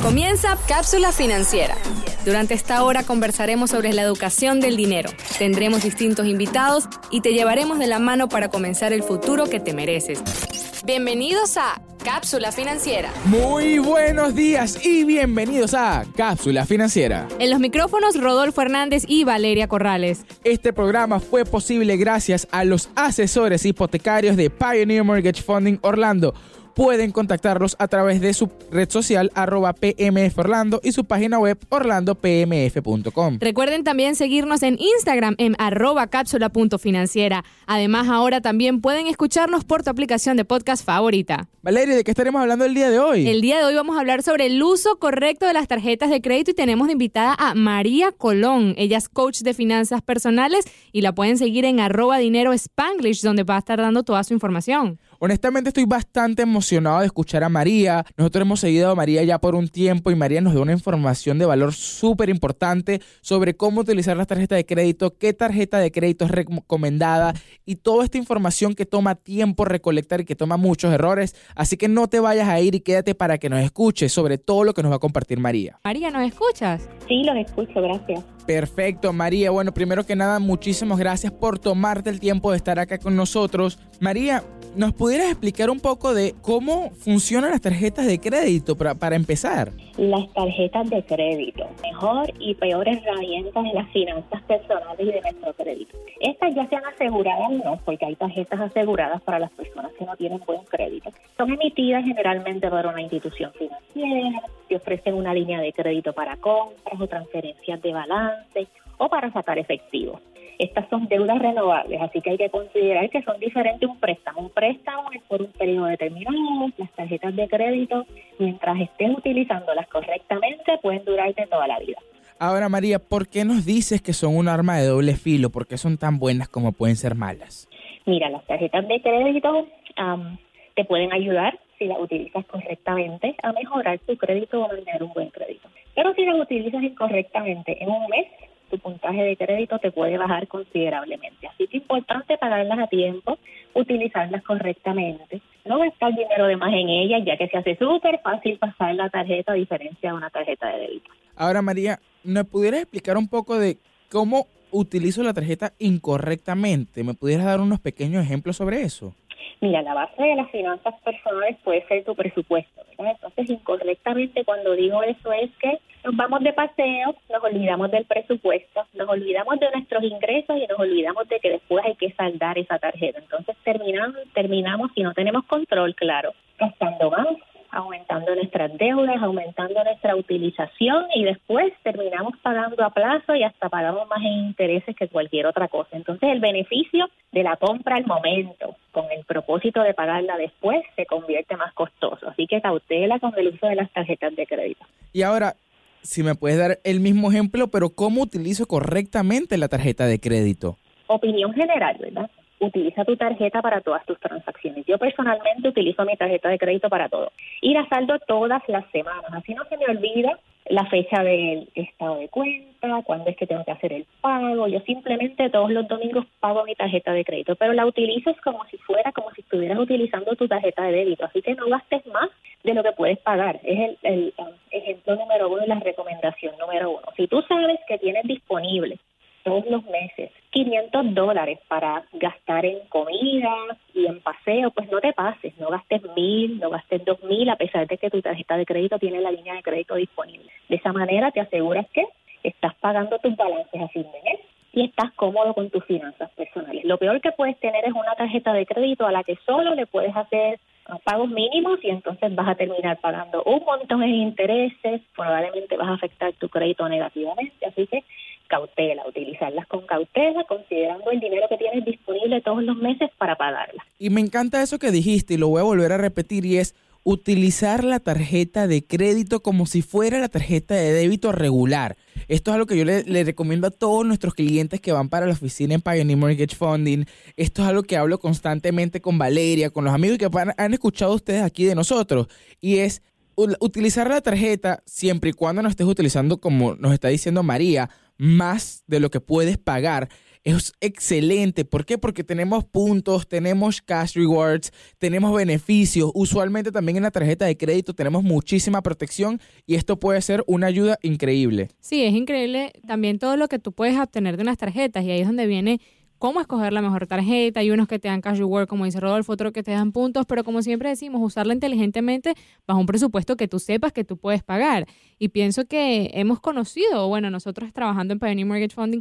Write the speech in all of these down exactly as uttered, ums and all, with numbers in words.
Comienza Cápsula Financiera. Durante esta hora conversaremos sobre la educación del dinero. Tendremos distintos invitados y te llevaremos de la mano para comenzar el futuro que te mereces. Bienvenidos a Cápsula Financiera. Muy buenos días y bienvenidos a Cápsula Financiera. En los micrófonos Rodolfo Hernández y Valeria Corrales. Este programa fue posible gracias a los asesores hipotecarios de Pioneer Mortgage Funding Orlando. Pueden contactarlos a través de su red social arroba P M F Orlando y su página web orlando p m f punto com. Recuerden también seguirnos en Instagram en arroba cápsula punto financiera. Además, ahora también pueden escucharnos por tu aplicación de podcast favorita. Valeria, ¿de qué estaremos hablando el día de hoy? El día de hoy vamos a hablar sobre el uso correcto de las tarjetas de crédito y tenemos de invitada a María Colón. Ella es coach de finanzas personales y la pueden seguir en arroba dinero Spanglish, donde va a estar dando toda su información. Honestamente estoy bastante emocionado de escuchar a María. Nosotros hemos seguido a María ya por un tiempo y María nos da una información de valor súper importante sobre cómo utilizar las tarjetas de crédito, qué tarjeta de crédito es recomendada y toda esta información que toma tiempo recolectar y que toma muchos errores. Así que no te vayas a ir y quédate para que nos escuches sobre todo lo que nos va a compartir María. María, ¿nos escuchas? Sí, los escucho, gracias. Perfecto, María. Bueno, primero que nada, muchísimas gracias por tomarte el tiempo de estar acá con nosotros. María, ¿nos pudieras explicar un poco de cómo funcionan las tarjetas de crédito para, para empezar? Las tarjetas de crédito, mejor y peor herramientas de las finanzas personales y de nuestro crédito. Estas ya sean aseguradas o no, porque hay tarjetas aseguradas para las personas que no tienen buen crédito. Son emitidas generalmente por una institución financiera, que ofrecen una línea de crédito para compras o transferencias de balance o para sacar efectivo. Estas son deudas renovables, así que hay que considerar que son diferentes un préstamo. Un préstamo es por un periodo determinado. Las tarjetas de crédito, mientras estés utilizándolas correctamente, pueden durarte toda la vida. Ahora, María, ¿por qué nos dices que son un arma de doble filo? ¿Por qué son tan buenas como pueden ser malas? Mira, las tarjetas de crédito um, te pueden ayudar, si las utilizas correctamente, a mejorar tu crédito o a mantener un buen crédito. Pero si las utilizas incorrectamente, en un mes, tu puntaje de crédito te puede bajar considerablemente. Así que es importante pagarlas a tiempo, utilizarlas correctamente, no gastar dinero de más en ellas, ya que se hace súper fácil pasar la tarjeta a diferencia de una tarjeta de débito. Ahora, María, ¿me pudieras explicar un poco de cómo utilizo la tarjeta incorrectamente? ¿Me pudieras dar unos pequeños ejemplos sobre eso? Mira, la base de las finanzas personales puede ser tu presupuesto, ¿verdad? Entonces, incorrectamente, cuando digo eso es que nos vamos de paseo, nos olvidamos del presupuesto, nos olvidamos de nuestros ingresos y nos olvidamos de que después hay que saldar esa tarjeta. Entonces, terminamos, terminamos si no tenemos control, claro, gastando más, aumentando nuestras deudas, aumentando nuestra utilización y después terminamos pagando a plazo y hasta pagamos más en intereses que cualquier otra cosa. Entonces el beneficio de la compra al momento con el propósito de pagarla después se convierte más costoso. Así que cautela con el uso de las tarjetas de crédito. Y ahora, si me puedes dar el mismo ejemplo, pero ¿cómo utilizo correctamente la tarjeta de crédito? Opinión general, ¿verdad? Utiliza tu tarjeta para todas tus transacciones. Yo personalmente utilizo mi tarjeta de crédito para todo. Y la saldo todas las semanas. Así no se me olvida la fecha del estado de cuenta, cuándo es que tengo que hacer el pago. Yo simplemente todos los domingos pago mi tarjeta de crédito. Pero la utilizas como si fuera, como si estuvieras utilizando tu tarjeta de débito. Así que no gastes más de lo que puedes pagar. Es el, el um, ejemplo número uno y la recomendación número uno. Si tú sabes que tienes disponible todos los meses quinientos dólares para gastar en comida y en paseo, pues no te pases, no gastes mil, no gastes dos mil, a pesar de que tu tarjeta de crédito tiene la línea de crédito disponible. De esa manera te aseguras que estás pagando tus balances a fin de mes y estás cómodo con tus finanzas personales. Lo peor que puedes tener es una tarjeta de crédito a la que solo le puedes hacer pagos mínimos y entonces vas a terminar pagando un montón en intereses, probablemente vas a afectar tu crédito negativamente, así que cautela, utilizarlas con cautela, considerando el dinero que tienes disponible todos los meses para pagarlas. Y me encanta eso que dijiste y lo voy a volver a repetir y es utilizar la tarjeta de crédito como si fuera la tarjeta de débito regular. Esto es algo que yo le, le recomiendo a todos nuestros clientes que van para la oficina en Pioneer Mortgage Funding. Esto es algo que hablo constantemente con Valeria, con los amigos que han, han escuchado ustedes aquí de nosotros. Y es utilizar la tarjeta siempre y cuando no estés utilizando, como nos está diciendo María, más de lo que puedes pagar. es excelente. ¿Por qué? Porque tenemos puntos, tenemos cash rewards, tenemos beneficios. Usualmente también en la tarjeta de crédito tenemos muchísima protección y esto puede ser una ayuda increíble. Sí, es increíble también todo lo que tú puedes obtener de unas tarjetas y ahí es donde viene cómo escoger la mejor tarjeta. Hay unos que te dan cash reward, como dice Rodolfo, otros que te dan puntos, pero como siempre decimos, usarla inteligentemente bajo un presupuesto que tú sepas que tú puedes pagar. Y pienso que hemos conocido, bueno, nosotros trabajando en Pioneer Mortgage Funding,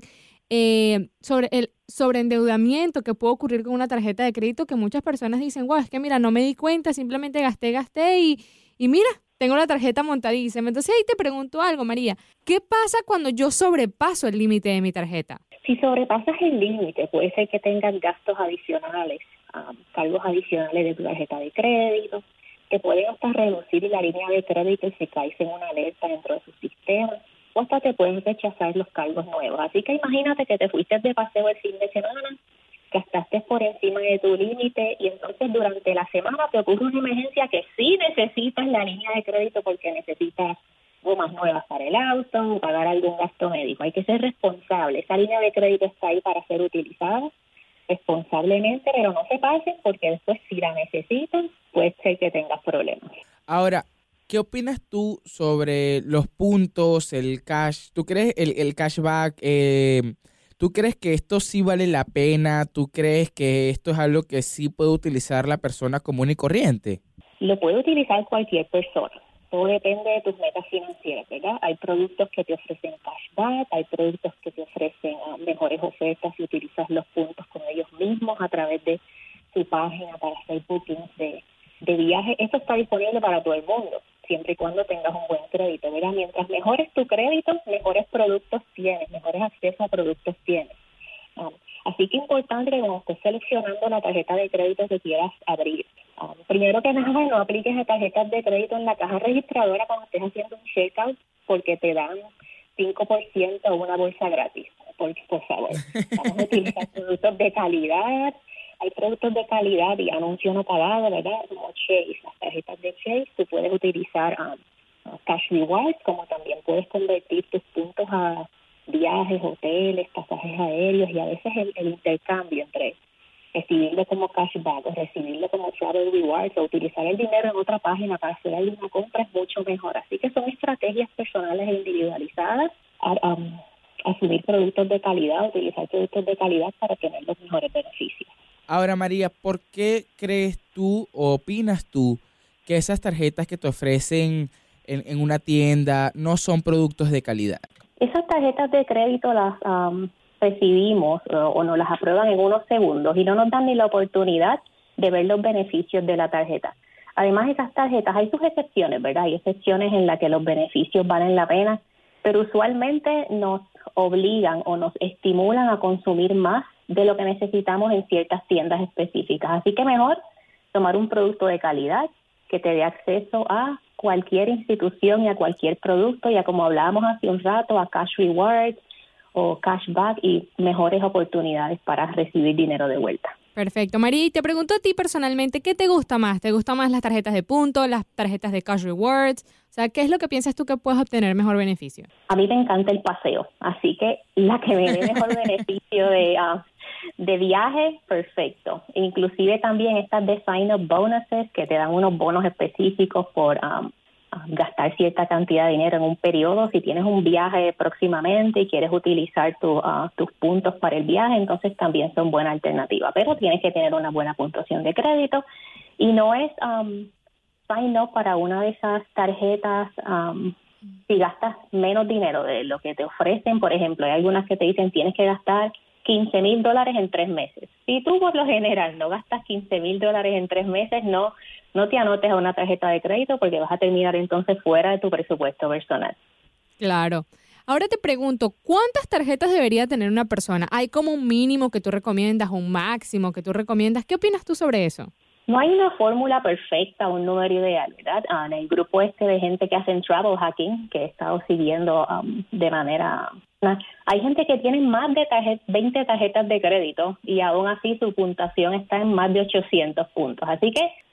eh, sobre el sobreendeudamiento que puede ocurrir con una tarjeta de crédito, que muchas personas dicen, wow, es que mira, no me di cuenta, simplemente gasté, gasté y, y mira, tengo la tarjeta montadísima. Entonces ahí te pregunto algo, María, ¿qué pasa cuando yo sobrepaso el límite de mi tarjeta? Si sobrepasas el límite, puede ser que tengas gastos adicionales, um, cargos adicionales de tu tarjeta de crédito, que pueden hasta reducir la línea de crédito si caes en una alerta dentro de su sistema, o hasta te pueden rechazar los cargos nuevos. Así que imagínate que te fuiste de paseo el fin de semana, gastaste por encima de tu límite y entonces durante la semana te ocurre una emergencia que sí necesitas la línea de crédito porque necesitas gomas nuevas para el auto o pagar algún gasto médico. Hay que ser responsable. Esa línea de crédito está ahí para ser utilizada responsablemente, pero no se pasen porque después si la necesitan puede ser que tengas problemas. Ahora, ¿qué opinas tú sobre los puntos, el cash? ¿Tú crees el, el cashback? Eh, ¿Tú crees que esto sí vale la pena? ¿Tú crees que esto es algo que sí puede utilizar la persona común y corriente? Lo puede utilizar cualquier persona. Todo depende de tus metas financieras, ¿verdad? Hay productos que te ofrecen cashback, hay productos que te ofrecen uh, mejores ofertas si utilizas los puntos con ellos mismos a través de su página para hacer bookings de, de viaje. Esto está disponible para todo el mundo, siempre y cuando tengas un buen crédito, ¿verdad? Mientras mejores tu crédito, mejores productos tienes, mejores accesos a productos tienes. Um, así que es importante que cuando estés seleccionando la tarjeta de crédito que quieras abrir, um, primero que nada no apliques a tarjetas de crédito en la caja registradora cuando estés haciendo un checkout porque te dan cinco por ciento o una bolsa gratis. Por, por favor, vamos a utilizar productos de calidad. Hay productos de calidad y anuncio no pagado, ¿verdad? Como Chase, las tarjetas de Chase, tú puedes utilizar um, cash rewards, como también puedes convertir tus puntos a viajes, hoteles, pasajes aéreos y a veces el, el intercambio entre recibirlo como cashback o recibirlo como travel rewards o utilizar el dinero en otra página para hacer alguna compra es mucho mejor. Así que son estrategias personales e individualizadas a um, asumir productos de calidad, utilizar productos de calidad para tener los mejores beneficios. Ahora, María, ¿por qué crees tú o opinas tú que esas tarjetas que te ofrecen en, en una tienda no son productos de calidad? Esas tarjetas de crédito las um, recibimos o, o nos las aprueban en unos segundos y no nos dan ni la oportunidad de ver los beneficios de la tarjeta. Además, esas tarjetas, hay sus excepciones, ¿verdad? Hay excepciones en las que los beneficios valen la pena, pero usualmente nos obligan o nos estimulan a consumir más de lo que necesitamos en ciertas tiendas específicas. Así que mejor tomar un producto de calidad que te dé acceso a cualquier institución y a cualquier producto, ya como hablábamos hace un rato, a cash rewards o cashback y mejores oportunidades para recibir dinero de vuelta. Perfecto. María, y te pregunto a ti personalmente, ¿qué te gusta más? ¿Te gustan más las tarjetas de puntos, las tarjetas de cash rewards? O sea, ¿qué es lo que piensas tú que puedes obtener mejor beneficio? A mí me encanta el paseo, así que la que me dé mejor beneficio de, uh, de viaje, perfecto. Inclusive también estas de sign-up bonuses que te dan unos bonos específicos por um, gastar cierta cantidad de dinero en un periodo. Si tienes un viaje próximamente y quieres utilizar tu, uh, tus puntos para el viaje, entonces también son buena alternativa. Pero tienes que tener una buena puntuación de crédito y no es um, sign up para una de esas tarjetas um, si gastas menos dinero de lo que te ofrecen. Por ejemplo, hay algunas que te dicen tienes que gastar quince mil dólares en tres meses. Si tú por lo general no gastas quince mil dólares en tres meses, no no te anotes a una tarjeta de crédito porque vas a terminar entonces fuera de tu presupuesto personal. Claro. Ahora te pregunto, ¿cuántas tarjetas debería tener una persona? ¿Hay como un mínimo que tú recomiendas, un máximo que tú recomiendas? ¿Qué opinas tú sobre eso? No hay una fórmula perfecta, un número ideal, ¿verdad? En el grupo este de gente que hacen travel hacking, que he estado siguiendo um, de manera... Hay gente que tiene más de tarjet- veinte tarjetas de crédito y aún así su puntuación está en más de ochocientos puntos. Así que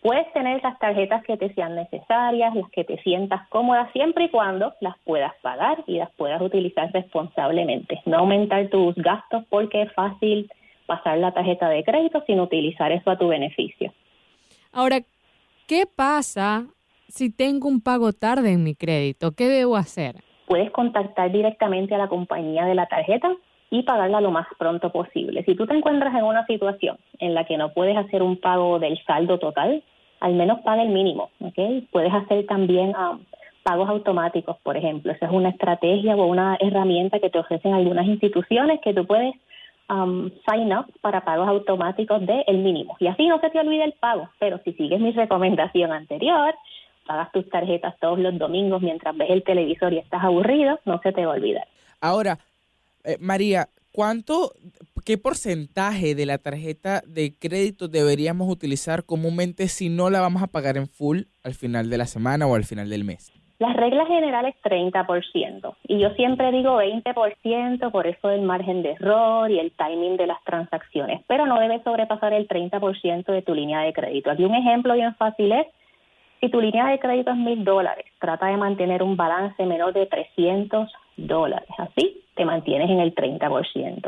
Puedes tener las tarjetas que te sean necesarias, las que te sientas cómodas, siempre y cuando las puedas pagar y las puedas utilizar responsablemente. No aumentar tus gastos porque es fácil pasar la tarjeta de crédito sin utilizar eso a tu beneficio. Ahora, ¿qué pasa si tengo un pago tarde en mi crédito? ¿Qué debo hacer? Puedes contactar directamente a la compañía de la tarjeta y pagarla lo más pronto posible. Si tú te encuentras en una situación en la que no puedes hacer un pago del saldo total, al menos paga el mínimo, ¿ok? Puedes hacer también um, pagos automáticos, por ejemplo. Esa es una estrategia o una herramienta que te ofrecen algunas instituciones que tú puedes um, sign up para pagos automáticos del mínimo. Y así no se te olvida el pago, pero si sigues mi recomendación anterior, pagas tus tarjetas todos los domingos mientras ves el televisor y estás aburrido, no se te va a olvidar. Ahora, eh, María, ¿cuánto, qué porcentaje de la tarjeta de crédito deberíamos utilizar comúnmente si no la vamos a pagar en full al final de la semana o al final del mes? Las reglas generales treinta por ciento y yo siempre digo veinte por ciento por eso del margen de error y el timing de las transacciones, pero no debe sobrepasar el treinta por ciento de tu línea de crédito. Aquí un ejemplo bien fácil es, si tu línea de crédito es mil dólares, trata de mantener un balance menor de trescientos dólares. Así te mantienes en el treinta por ciento.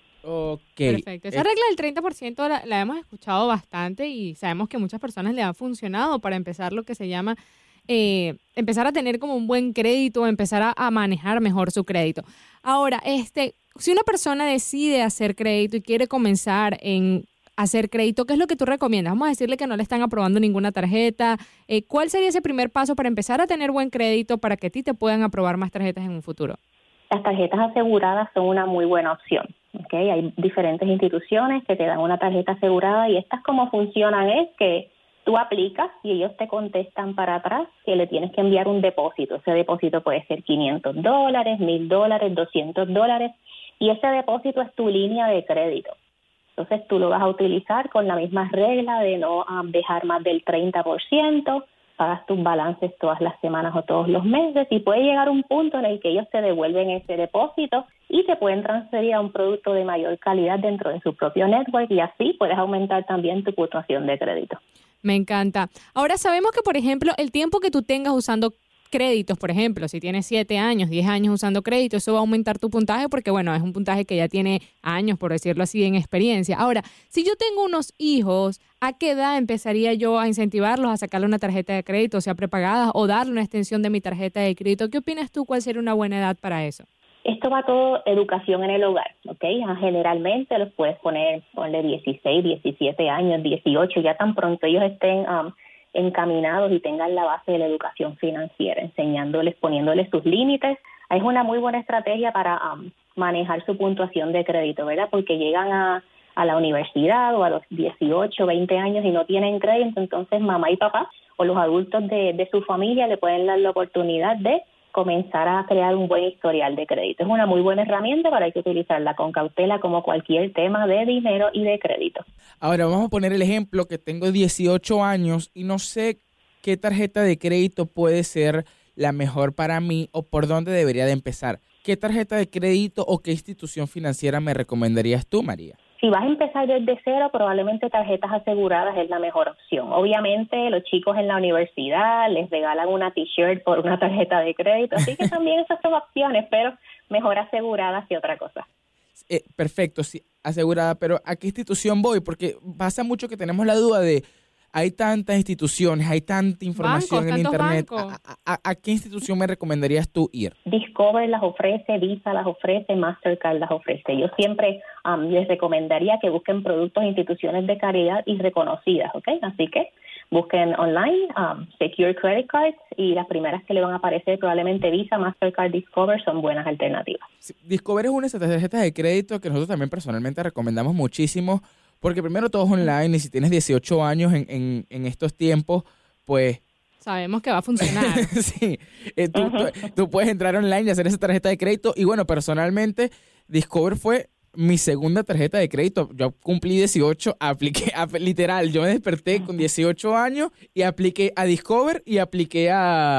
Ok. Perfecto. Esa regla del treinta por ciento la, la hemos escuchado bastante y sabemos que a muchas personas le ha funcionado para empezar lo que se llama eh, empezar a tener como un buen crédito, empezar a, a manejar mejor su crédito. Ahora, este, si una persona decide hacer crédito y quiere comenzar en hacer crédito, ¿qué es lo que tú recomiendas? Vamos a decirle que no le están aprobando ninguna tarjeta. Eh, ¿Cuál sería ese primer paso para empezar a tener buen crédito para que a ti te puedan aprobar más tarjetas en un futuro? Las tarjetas aseguradas son una muy buena opción. ¿Okay? Hay diferentes instituciones que te dan una tarjeta asegurada y estas cómo funcionan es que tú aplicas y ellos te contestan para atrás que le tienes que enviar un depósito. Ese depósito puede ser quinientos dólares, mil dólares, doscientos dólares y ese depósito es tu línea de crédito. Entonces tú lo vas a utilizar con la misma regla de no um, dejar más del treinta por ciento, pagas tus balances todas las semanas o todos los meses y puede llegar un punto en el que ellos te devuelven ese depósito y te pueden transferir a un producto de mayor calidad dentro de su propio network y así puedes aumentar también tu puntuación de crédito. Me encanta. Ahora sabemos que, por ejemplo, el tiempo que tú tengas usando créditos, por ejemplo, si tienes siete años, diez años usando crédito, eso va a aumentar tu puntaje porque, bueno, es un puntaje que ya tiene años, por decirlo así, en experiencia. Ahora, si yo tengo unos hijos, ¿a qué edad empezaría yo a incentivarlos a sacarle una tarjeta de crédito, o sea, prepagada, o darle una extensión de mi tarjeta de crédito? ¿Qué opinas tú? ¿Cuál sería una buena edad para eso? Esto va todo educación en el hogar, ¿ok? Generalmente los puedes poner, ponle dieciséis, diecisiete años, dieciocho, ya tan pronto ellos estén um, encaminados y tengan la base de la educación financiera, enseñándoles, poniéndoles sus límites. Es una muy buena estrategia para um, manejar su puntuación de crédito, ¿verdad? Porque llegan a, a la universidad o a los dieciocho, veinte años y no tienen crédito, entonces mamá y papá o los adultos de, de su familia le pueden dar la oportunidad de comenzar a crear un buen historial de crédito. Es una muy buena herramienta, pero hay que utilizarla con cautela como cualquier tema de dinero y de crédito. Ahora vamos a poner el ejemplo que tengo dieciocho años y no sé qué tarjeta de crédito puede ser la mejor para mí o por dónde debería de empezar. ¿Qué tarjeta de crédito o qué institución financiera me recomendarías tú, María? Si vas a empezar desde cero, probablemente tarjetas aseguradas es la mejor opción. Obviamente, los chicos en la universidad les regalan una t-shirt por una tarjeta de crédito, así que también esas son opciones, pero mejor aseguradas que otra cosa. Eh, perfecto, sí, asegurada, pero ¿a qué institución voy? Porque pasa mucho que tenemos la duda de, hay tantas instituciones, hay tanta información bancos, en internet. ¿A, a, a qué institución me recomendarías tú ir? Discover las ofrece, Visa las ofrece, Mastercard las ofrece. Yo siempre um, les recomendaría que busquen productos e instituciones de calidad y reconocidas, ¿ok? Así que busquen online, um, Secure Credit Cards y las primeras que le van a aparecer probablemente Visa, Mastercard, Discover son buenas alternativas. Sí, Discover es una de esas tarjetas de crédito que nosotros también personalmente recomendamos muchísimo. Porque primero todo es online y si tienes dieciocho años en, en, en estos tiempos, pues... sabemos que va a funcionar. Sí, eh, tú, uh-huh. tú, tú puedes entrar online y hacer esa tarjeta de crédito. Y bueno, personalmente, Discover fue mi segunda tarjeta de crédito. Yo cumplí dieciocho, apliqué, a, literal, yo me desperté con dieciocho años y apliqué a Discover y apliqué a...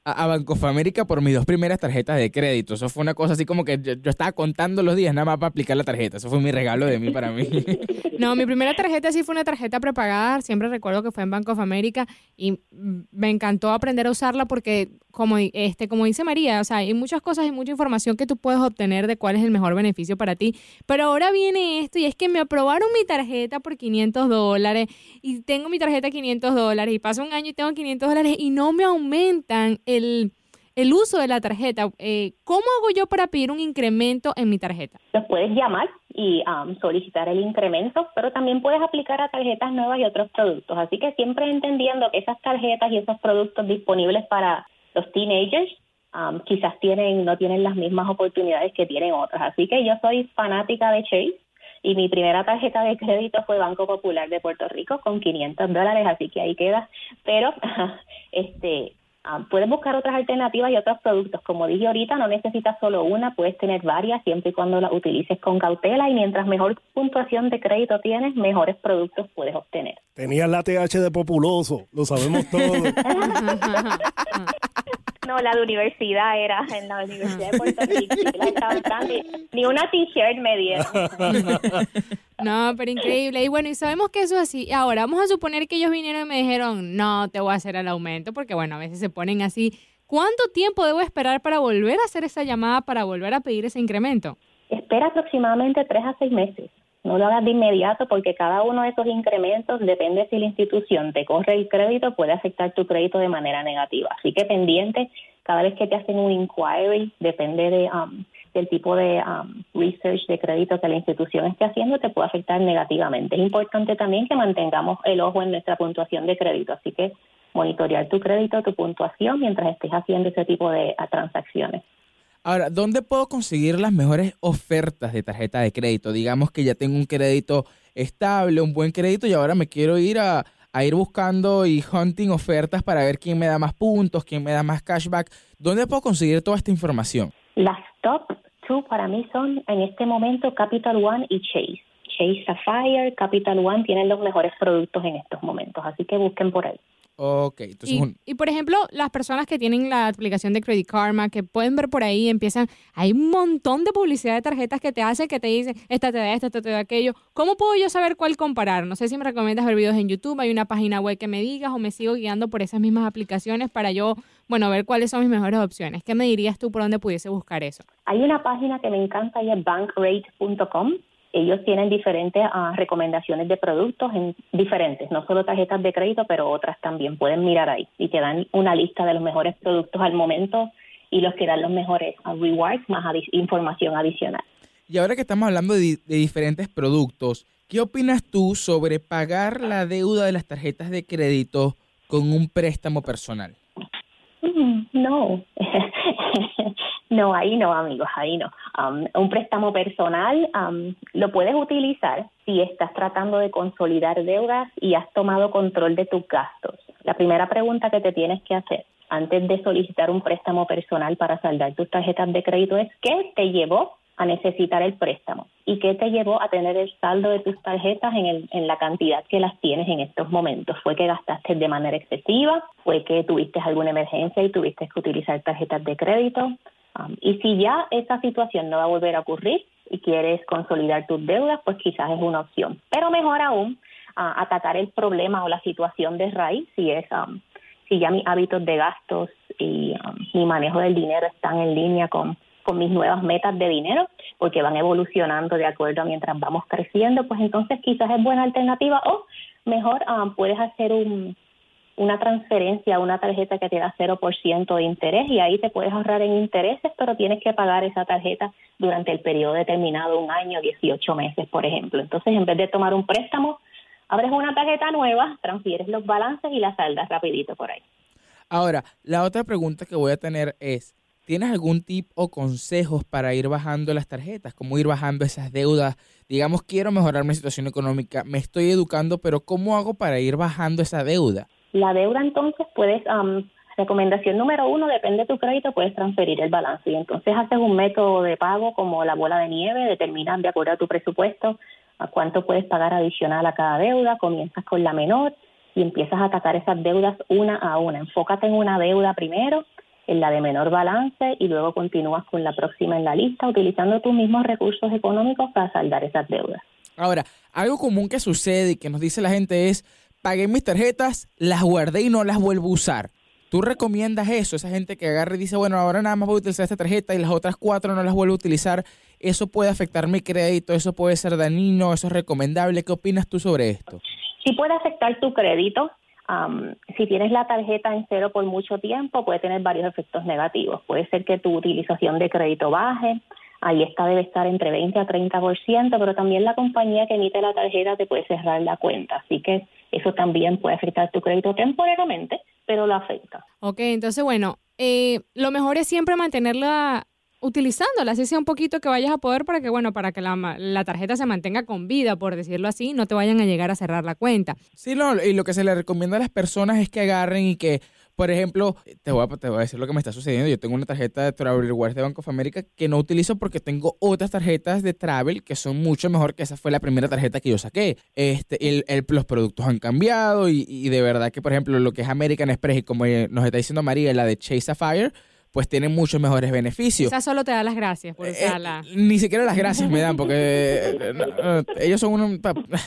a, a Bank of America por mis dos primeras tarjetas de crédito. Eso fue una cosa así como que yo, yo estaba contando los días nada más para aplicar la tarjeta. Eso fue mi regalo de mí para mí. No, mi primera tarjeta sí fue una tarjeta prepagada. Siempre recuerdo que fue en Bank of America y me encantó aprender a usarla porque, como, este, como dice María, o sea, hay muchas cosas y mucha información que tú puedes obtener de cuál es el mejor beneficio para ti. Pero ahora viene esto y es que me aprobaron mi tarjeta por quinientos dólares y tengo mi tarjeta quinientos dólares y pasa un año y tengo quinientos dólares y no me aumentan el, el uso de la tarjeta. Eh, ¿Cómo hago yo para pedir un incremento en mi tarjeta? Los puedes llamar y um, solicitar el incremento, pero también puedes aplicar a tarjetas nuevas y otros productos. Así que siempre entendiendo que esas tarjetas y esos productos disponibles para los teenagers um, quizás tienen no tienen las mismas oportunidades que tienen otras. Así que yo soy fanática de Chase y mi primera tarjeta de crédito fue Banco Popular de Puerto Rico con quinientos dólares, así que ahí queda. Pero este um, puedes buscar otras alternativas y otros productos. Como dije ahorita, no necesitas solo una, puedes tener varias siempre y cuando las utilices con cautela y mientras mejor puntuación de crédito tienes, mejores productos puedes obtener. Tenías la T H de populoso, lo sabemos todos. No, la de universidad era en la Universidad de Puerto Rico. La estaba entrando y ni una t-shirt me dieron. No, pero increíble. Y bueno, y sabemos que eso es así. Ahora, vamos a suponer que ellos vinieron y me dijeron, no, te voy a hacer el aumento, porque bueno, a veces se ponen así. ¿Cuánto tiempo debo esperar para volver a hacer esa llamada, para volver a pedir ese incremento? Espera aproximadamente tres a seis meses. No lo hagas de inmediato porque cada uno de esos incrementos, depende si la institución te corre el crédito, puede afectar tu crédito de manera negativa. Así que pendiente, cada vez que te hacen un inquiry, depende de um, del tipo de um, research de crédito que la institución esté haciendo, te puede afectar negativamente. Es importante también que mantengamos el ojo en nuestra puntuación de crédito, así que monitorear tu crédito, tu puntuación, mientras estés haciendo ese tipo de uh, transacciones. Ahora, ¿dónde puedo conseguir las mejores ofertas de tarjeta de crédito? Digamos que ya tengo un crédito estable, un buen crédito y ahora me quiero ir a, a ir buscando y hunting ofertas para ver quién me da más puntos, quién me da más cashback. ¿Dónde puedo conseguir toda esta información? Las top two para mí son en este momento Capital One y Chase. Chase Sapphire, Capital One tienen los mejores productos en estos momentos, así que busquen por ahí. Ok, entonces... Y, un... y, por ejemplo, las personas que tienen la aplicación de Credit Karma, que pueden ver por ahí, empiezan... Hay un montón de publicidad de tarjetas que te hacen, que te dicen, esta te da esto, esta te da aquello. ¿Cómo puedo yo saber cuál comparar? No sé si me recomiendas ver videos en YouTube, hay una página web que me digas, o me sigo guiando por esas mismas aplicaciones para yo, bueno, ver cuáles son mis mejores opciones. ¿Qué me dirías tú por dónde pudiese buscar eso? Hay una página que me encanta y es bankrate punto com. Ellos tienen diferentes uh, recomendaciones de productos en diferentes, no solo tarjetas de crédito, pero otras también. Pueden mirar ahí y te dan una lista de los mejores productos al momento y los que dan los mejores uh, rewards, más adi- información adicional. Y ahora que estamos hablando de, de diferentes productos, ¿qué opinas tú sobre pagar la deuda de las tarjetas de crédito con un préstamo personal? Mm, no. No, ahí no, amigos, ahí no. Um, un préstamo personal um, lo puedes utilizar si estás tratando de consolidar deudas y has tomado control de tus gastos. La primera pregunta que te tienes que hacer antes de solicitar un préstamo personal para saldar tus tarjetas de crédito es ¿qué te llevó a necesitar el préstamo? ¿Y qué te llevó a tener el saldo de tus tarjetas en, el, en la cantidad que las tienes en estos momentos? ¿Fue que gastaste de manera excesiva? ¿Fue que tuviste alguna emergencia y tuviste que utilizar tarjetas de crédito? Um, y si ya esa situación no va a volver a ocurrir y quieres consolidar tus deudas, pues quizás es una opción. Pero mejor aún, uh, atacar el problema o la situación de raíz, si es um, si ya mis hábitos de gastos y um, mi manejo del dinero están en línea con, con mis nuevas metas de dinero, porque van evolucionando de acuerdo a mientras vamos creciendo, pues entonces quizás es buena alternativa o mejor um, puedes hacer un... una transferencia a una tarjeta que te da cero por ciento de interés y ahí te puedes ahorrar en intereses, pero tienes que pagar esa tarjeta durante el periodo determinado, un año, dieciocho meses, por ejemplo. Entonces, en vez de tomar un préstamo, abres una tarjeta nueva, transfieres los balances y la saldas rapidito por ahí. Ahora, la otra pregunta que voy a tener es, ¿tienes algún tip o consejos para ir bajando las tarjetas? ¿Cómo ir bajando esas deudas? Digamos, quiero mejorar mi situación económica, me estoy educando, pero ¿cómo hago para ir bajando esa deuda? La deuda, entonces, puedes, um, recomendación número uno, depende de tu crédito, puedes transferir el balance. Y entonces haces un método de pago como la bola de nieve, determinas de acuerdo a tu presupuesto a cuánto puedes pagar adicional a cada deuda, comienzas con la menor y empiezas a atacar esas deudas una a una. Enfócate en una deuda primero en la de menor balance y luego continúas con la próxima en la lista utilizando tus mismos recursos económicos para saldar esas deudas. Ahora, algo común que sucede y que nos dice la gente es, pagué mis tarjetas, las guardé y no las vuelvo a usar. ¿Tú recomiendas eso? Esa gente que agarra y dice, bueno, ahora nada más voy a utilizar esta tarjeta y las otras cuatro no las vuelvo a utilizar. ¿Eso puede afectar mi crédito? ¿Eso puede ser dañino? ¿Eso es recomendable? ¿Qué opinas tú sobre esto? Sí puede afectar tu crédito. Um, si tienes la tarjeta en cero por mucho tiempo, puede tener varios efectos negativos. Puede ser que tu utilización de crédito baje. Ahí esta debe estar entre veinte a treinta por ciento, pero también la compañía que emite la tarjeta te puede cerrar la cuenta. Así que eso también puede afectar tu crédito temporalmente, pero lo afecta. Ok, entonces, bueno, eh, lo mejor es siempre mantenerla utilizándola, así sea un poquito que vayas a poder para que, bueno, para que la, la tarjeta se mantenga con vida, por decirlo así, no te vayan a llegar a cerrar la cuenta. Sí, no, y lo que se le recomienda a las personas es que agarren y que, por ejemplo, te voy a, te voy a decir lo que me está sucediendo. Yo tengo una tarjeta de Travel Rewards de Bank of America que no utilizo porque tengo otras tarjetas de Travel que son mucho mejor, que esa fue la primera tarjeta que yo saqué. Este, el, el, los productos han cambiado y, y de verdad que, por ejemplo, lo que es American Express y como nos está diciendo María, la de Chase Sapphire, pues tienen muchos mejores beneficios. Esa solo te da las gracias por usarla. Eh, ni siquiera las gracias me dan porque eh, no, no, ellos son unos...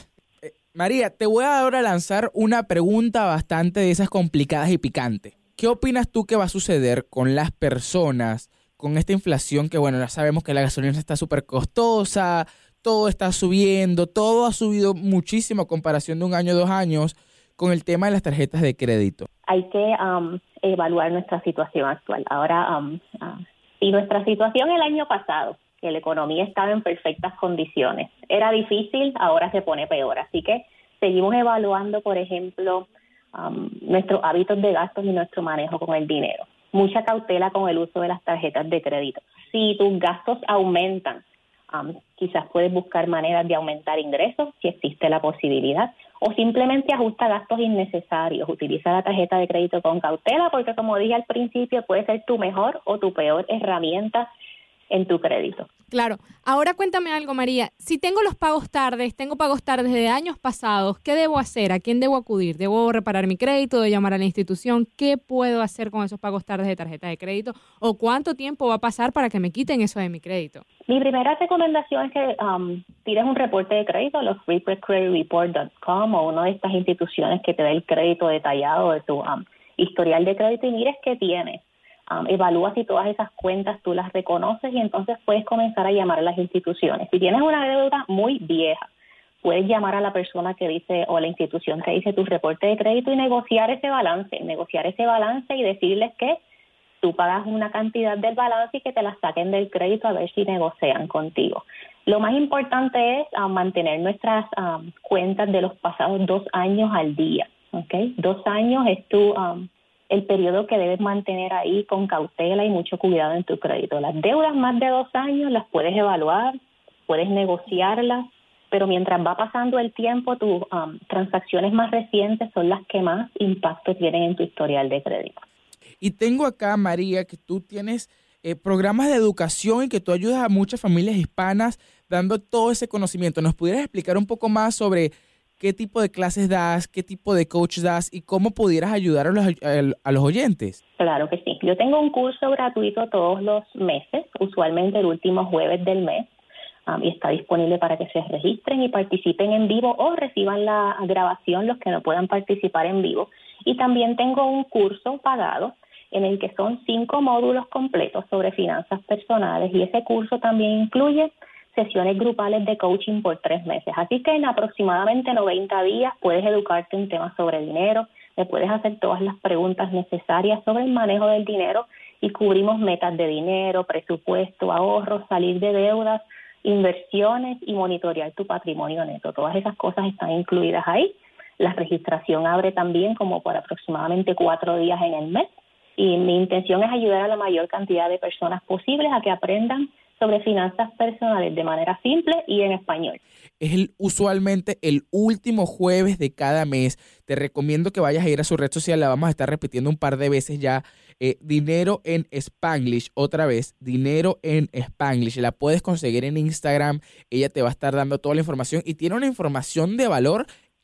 María, te voy ahora a lanzar una pregunta bastante de esas complicadas y picantes. ¿Qué opinas tú que va a suceder con las personas con esta inflación que, bueno, ya sabemos que la gasolina está súper costosa, todo está subiendo, todo ha subido muchísimo a comparación de un año, dos años, con el tema de las tarjetas de crédito? Hay que um, evaluar nuestra situación actual. Ahora, um, uh, y nuestra situación el año pasado, que la economía estaba en perfectas condiciones. Era difícil, ahora se pone peor. Así que seguimos evaluando, por ejemplo, um, nuestros hábitos de gastos y nuestro manejo con el dinero. Mucha cautela con el uso de las tarjetas de crédito. Si tus gastos aumentan, um, quizás puedes buscar maneras de aumentar ingresos, si existe la posibilidad, o simplemente ajusta gastos innecesarios. Utiliza la tarjeta de crédito con cautela porque, como dije al principio, puede ser tu mejor o tu peor herramienta en tu crédito. Claro. Ahora cuéntame algo, María. Si tengo los pagos tardes, tengo pagos tardes de años pasados, ¿qué debo hacer? ¿A quién debo acudir? ¿Debo reparar mi crédito? ¿Debo llamar a la institución? ¿Qué puedo hacer con esos pagos tardes de tarjeta de crédito? ¿O cuánto tiempo va a pasar para que me quiten eso de mi crédito? Mi primera recomendación es que um, tires un reporte de crédito a los free credit report punto com o una de estas instituciones que te da el crédito detallado de tu um, historial de crédito y mires qué tienes. Um, evalúa si todas esas cuentas tú las reconoces y entonces puedes comenzar a llamar a las instituciones. Si tienes una deuda muy vieja, puedes llamar a la persona que dice o la institución que dice tu reporte de crédito y negociar ese balance, negociar ese balance y decirles que tú pagas una cantidad del balance y que te la saquen del crédito a ver si negocian contigo. Lo más importante es um, mantener nuestras um, cuentas de los pasados dos años al día. ¿Okay? Dos años es tu... Um, el periodo que debes mantener ahí con cautela y mucho cuidado en tu crédito. Las deudas más de dos años las puedes evaluar, puedes negociarlas, pero mientras va pasando el tiempo, tus um, transacciones más recientes son las que más impacto tienen en tu historial de crédito. Y tengo acá, María, que tú tienes eh, programas de educación y que tú ayudas a muchas familias hispanas dando todo ese conocimiento. ¿Nos pudieras explicar un poco más sobre qué tipo de clases das, qué tipo de coach das y cómo pudieras ayudar a los, a los oyentes? Claro que sí. Yo tengo un curso gratuito todos los meses, usualmente el último jueves del mes, um, y está disponible para que se registren y participen en vivo o reciban la grabación los que no puedan participar en vivo. Y también tengo un curso pagado en el que son cinco módulos completos sobre finanzas personales y ese curso también incluye sesiones grupales de coaching por tres meses. Así que en aproximadamente noventa días puedes educarte en temas sobre dinero, me puedes hacer todas las preguntas necesarias sobre el manejo del dinero y cubrimos metas de dinero, presupuesto, ahorros, salir de deudas, inversiones y monitorear tu patrimonio neto. Todas esas cosas están incluidas ahí. La registración abre también como por aproximadamente cuatro días en el mes y mi intención es ayudar a la mayor cantidad de personas posibles a que aprendan sobre finanzas personales de manera simple y en español. Es el, usualmente el último jueves de cada mes. Te recomiendo que vayas a ir a su red social, la vamos a estar repitiendo un par de veces ya. Eh, Dinero en Spanglish, otra vez, Dinero en Spanglish. La puedes conseguir en Instagram, ella te va a estar dando toda la información y tiene una información de valor increíble.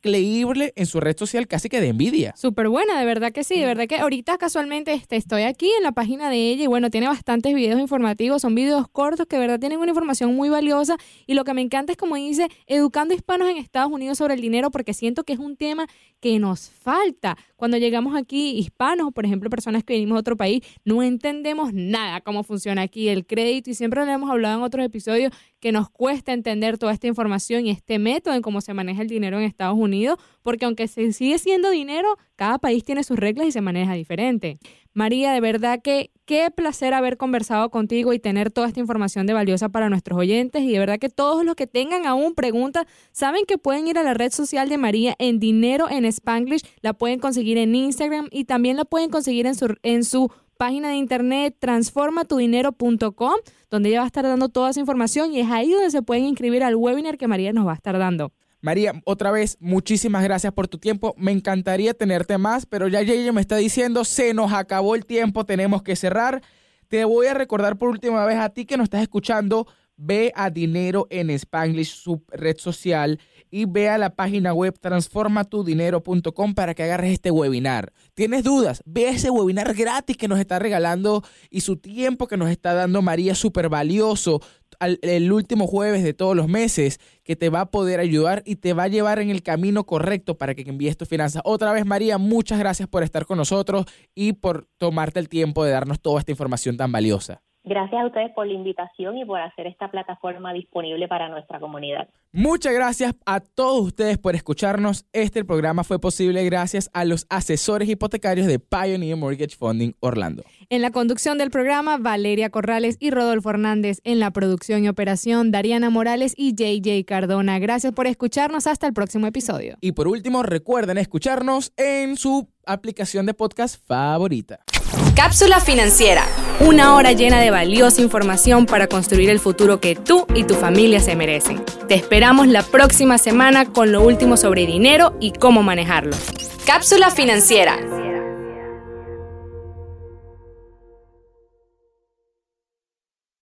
increíble en su red social, casi que de envidia. Súper buena, de verdad que sí, de verdad que ahorita casualmente este, estoy aquí en la página de ella y bueno, tiene bastantes videos informativos, son videos cortos que de verdad tienen una información muy valiosa y lo que me encanta es como dice, educando hispanos en Estados Unidos sobre el dinero porque siento que es un tema que nos falta. Cuando llegamos aquí, hispanos, por ejemplo, personas que venimos de otro país, no entendemos nada cómo funciona aquí el crédito y siempre lo hemos hablado en otros episodios que nos cuesta entender toda esta información y este método en cómo se maneja el dinero en Estados Unidos, porque aunque se sigue siendo dinero, cada país tiene sus reglas y se maneja diferente. María, de verdad que qué placer haber conversado contigo y tener toda esta información de valiosa para nuestros oyentes y de verdad que todos los que tengan aún preguntas, saben que pueden ir a la red social de María en Dinero en Spanglish, la pueden conseguir en Instagram y también la pueden conseguir en su, en su página de internet transforma tu dinero punto com, donde ella va a estar dando toda esa información y es ahí donde se pueden inscribir al webinar que María nos va a estar dando. María, otra vez, muchísimas gracias por tu tiempo. Me encantaría tenerte más, pero ya ella me está diciendo, se nos acabó el tiempo, tenemos que cerrar. Te voy a recordar por última vez a ti que nos estás escuchando, ve a Dinero en Spanglish, su red social, y ve a la página web transforma tu dinero punto com para que agarres este webinar. ¿Tienes dudas? Ve ese webinar gratis que nos está regalando y su tiempo que nos está dando María, súper valioso, al, el último jueves de todos los meses, que te va a poder ayudar y te va a llevar en el camino correcto para que envíes tus finanzas. Otra vez, María, muchas gracias por estar con nosotros y por tomarte el tiempo de darnos toda esta información tan valiosa. Gracias a ustedes por la invitación y por hacer esta plataforma disponible para nuestra comunidad. Muchas gracias a todos ustedes por escucharnos. Este programa fue posible gracias a los asesores hipotecarios de Pioneer Mortgage Funding Orlando. En la conducción del programa, Valeria Corrales y Rodolfo Hernández. En la producción y operación, Dariana Morales y J J Cardona. Gracias por escucharnos. Hasta el próximo episodio. Y por último, recuerden escucharnos en su aplicación de podcast favorita. Cápsula financiera. Una hora llena de valiosa información para construir el futuro que tú y tu familia se merecen. Te esperamos la próxima semana con lo último sobre dinero y cómo manejarlo. Cápsula financiera.